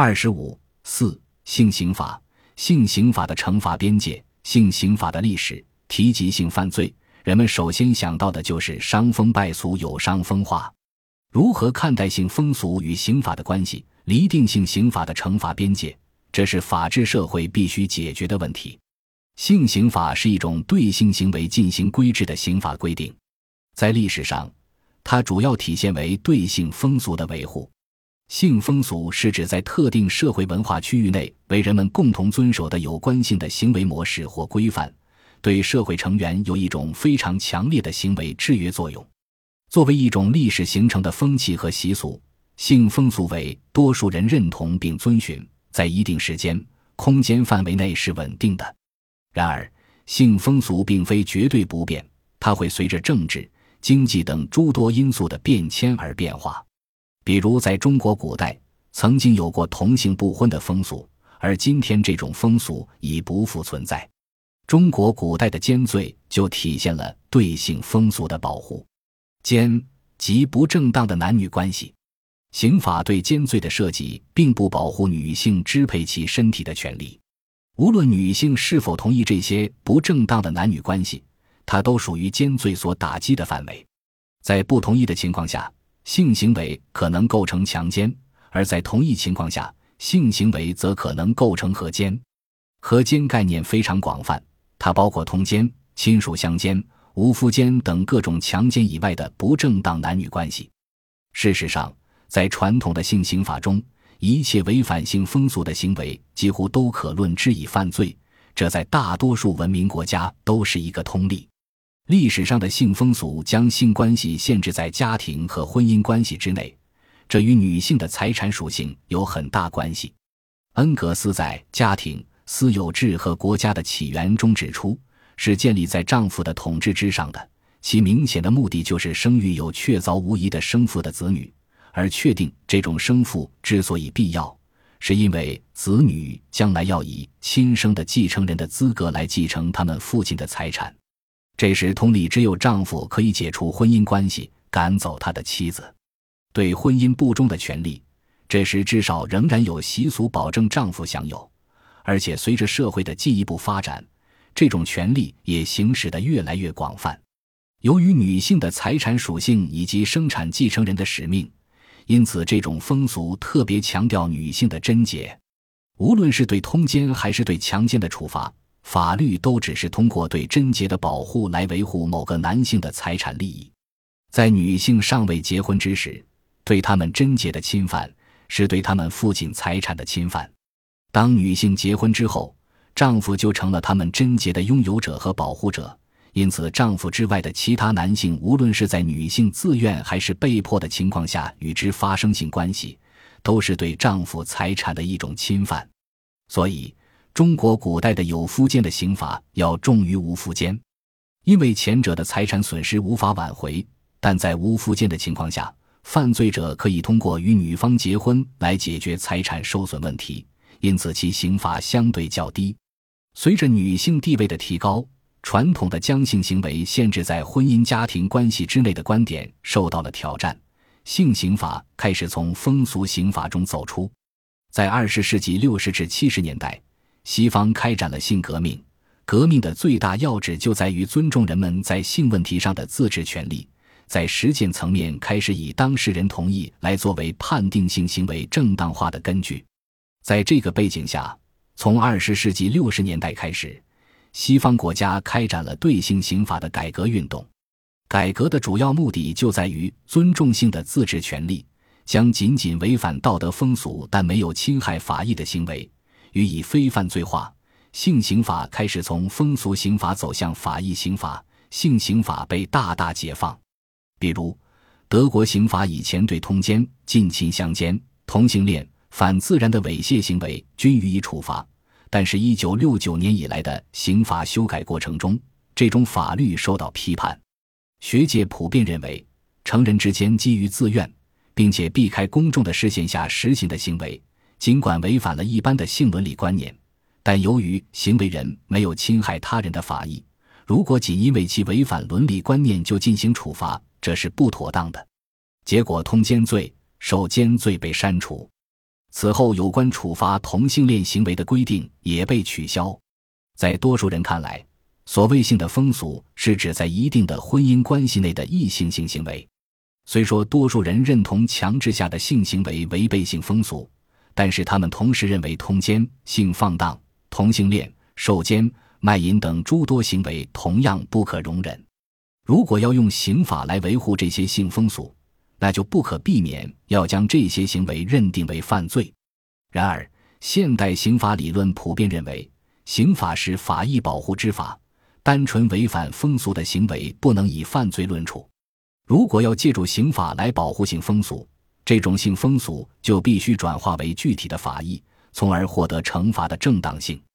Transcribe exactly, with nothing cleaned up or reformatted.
二十五、四、性刑法。性刑法的惩罚边界。性刑法的历史提及性犯罪，人们首先想到的就是伤风败俗，有伤风化。如何看待性风俗与刑法的关系，厘定性刑法的惩罚边界，这是法治社会必须解决的问题。性刑法是一种对性行为进行规制的刑法规定，在历史上，它主要体现为对性风俗的维护。性风俗是指在特定社会文化区域内为人们共同遵守的有关性的行为模式或规范，对社会成员有一种非常强烈的行为制约作用。作为一种历史形成的风气和习俗，性风俗为多数人认同并遵循，在一定时间、空间范围内是稳定的。然而，性风俗并非绝对不变，它会随着政治、经济等诸多因素的变迁而变化。比如在中国古代，曾经有过同性不婚的风俗，而今天这种风俗已不复存在。中国古代的奸罪就体现了对性风俗的保护。奸即不正当的男女关系。刑法对奸罪的设计并不保护女性支配其身体的权利。无论女性是否同意这些不正当的男女关系，它都属于奸罪所打击的范围。在不同意的情况下，性行为可能构成强奸，而在同一情况下，性行为则可能构成合奸。合奸概念非常广泛，它包括通奸、亲属相奸、无夫奸等各种强奸以外的不正当男女关系。事实上，在传统的性刑法中，一切违反性风俗的行为几乎都可论之以犯罪，这在大多数文明国家都是一个通例。历史上的性风俗将性关系限制在家庭和婚姻关系之内，这与女性的财产属性有很大关系。恩格斯在《家庭、私有制和国家的起源》中指出，是建立在丈夫的统治之上的，其明显的目的就是生育有确凿无疑的生父的子女，而确定这种生父之所以必要，是因为子女将来要以亲生的继承人的资格来继承他们父亲的财产。这时同理，只有丈夫可以解除婚姻关系，赶走他的妻子。对婚姻不忠的权利，这时至少仍然有习俗保证丈夫享有，而且随着社会的进一步发展，这种权利也行使得越来越广泛。由于女性的财产属性以及生产继承人的使命，因此这种风俗特别强调女性的贞洁。无论是对通奸还是对强奸的处罚，法律都只是通过对贞洁的保护来维护某个男性的财产利益。在女性尚未结婚之时，对他们贞洁的侵犯是对他们父亲财产的侵犯。当女性结婚之后，丈夫就成了他们贞洁的拥有者和保护者，因此丈夫之外的其他男性，无论是在女性自愿还是被迫的情况下与之发生性关系，都是对丈夫财产的一种侵犯。所以中国古代的有夫奸的刑罚要重于无夫奸，因为前者的财产损失无法挽回，但在无夫奸的情况下，犯罪者可以通过与女方结婚来解决财产受损问题，因此其刑罚相对较低。随着女性地位的提高，传统的将性行为限制在婚姻家庭关系之内的观点受到了挑战，性刑法开始从风俗刑法中走出。在二十世纪六十至七十年代，西方开展了性革命，革命的最大要旨就在于尊重人们在性问题上的自治权利，在实践层面开始以当事人同意来作为判定性行为正当化的根据。在这个背景下，从二十世纪六十年代开始，西方国家开展了对性刑法的改革运动。改革的主要目的就在于尊重性的自治权利，将仅仅违反道德风俗但没有侵害法益的行为予以非犯罪化。性刑法开始从风俗刑法走向法益刑法，性刑法被大大解放。比如德国刑法以前对通奸、近亲相奸、同性恋、反自然的猥亵行为均予以处罚，但是一九六九年以来的刑法修改过程中，这种法律受到批判。学界普遍认为，成人之间基于自愿并且避开公众的视线下实行的行为，尽管违反了一般的性伦理观念，但由于行为人没有侵害他人的法益，如果仅因为其违反伦理观念就进行处罚，这是不妥当的。结果通奸罪、受奸罪被删除。 此后有关处罚同性恋行为的规定也被取消。在多数人看来，所谓性的风俗是指在一定的婚姻关系内的异性性行为。虽说多数人认同强制下的性行为违背性风俗，但是他们同时认为通奸、性放荡、同性恋、受奸、卖淫等诸多行为同样不可容忍。如果要用刑法来维护这些性风俗，那就不可避免要将这些行为认定为犯罪。然而，现代刑法理论普遍认为，刑法是法益保护之法，单纯违反风俗的行为不能以犯罪论处。如果要借助刑法来保护性风俗，这种性风俗就必须转化为具体的法益，从而获得惩罚的正当性。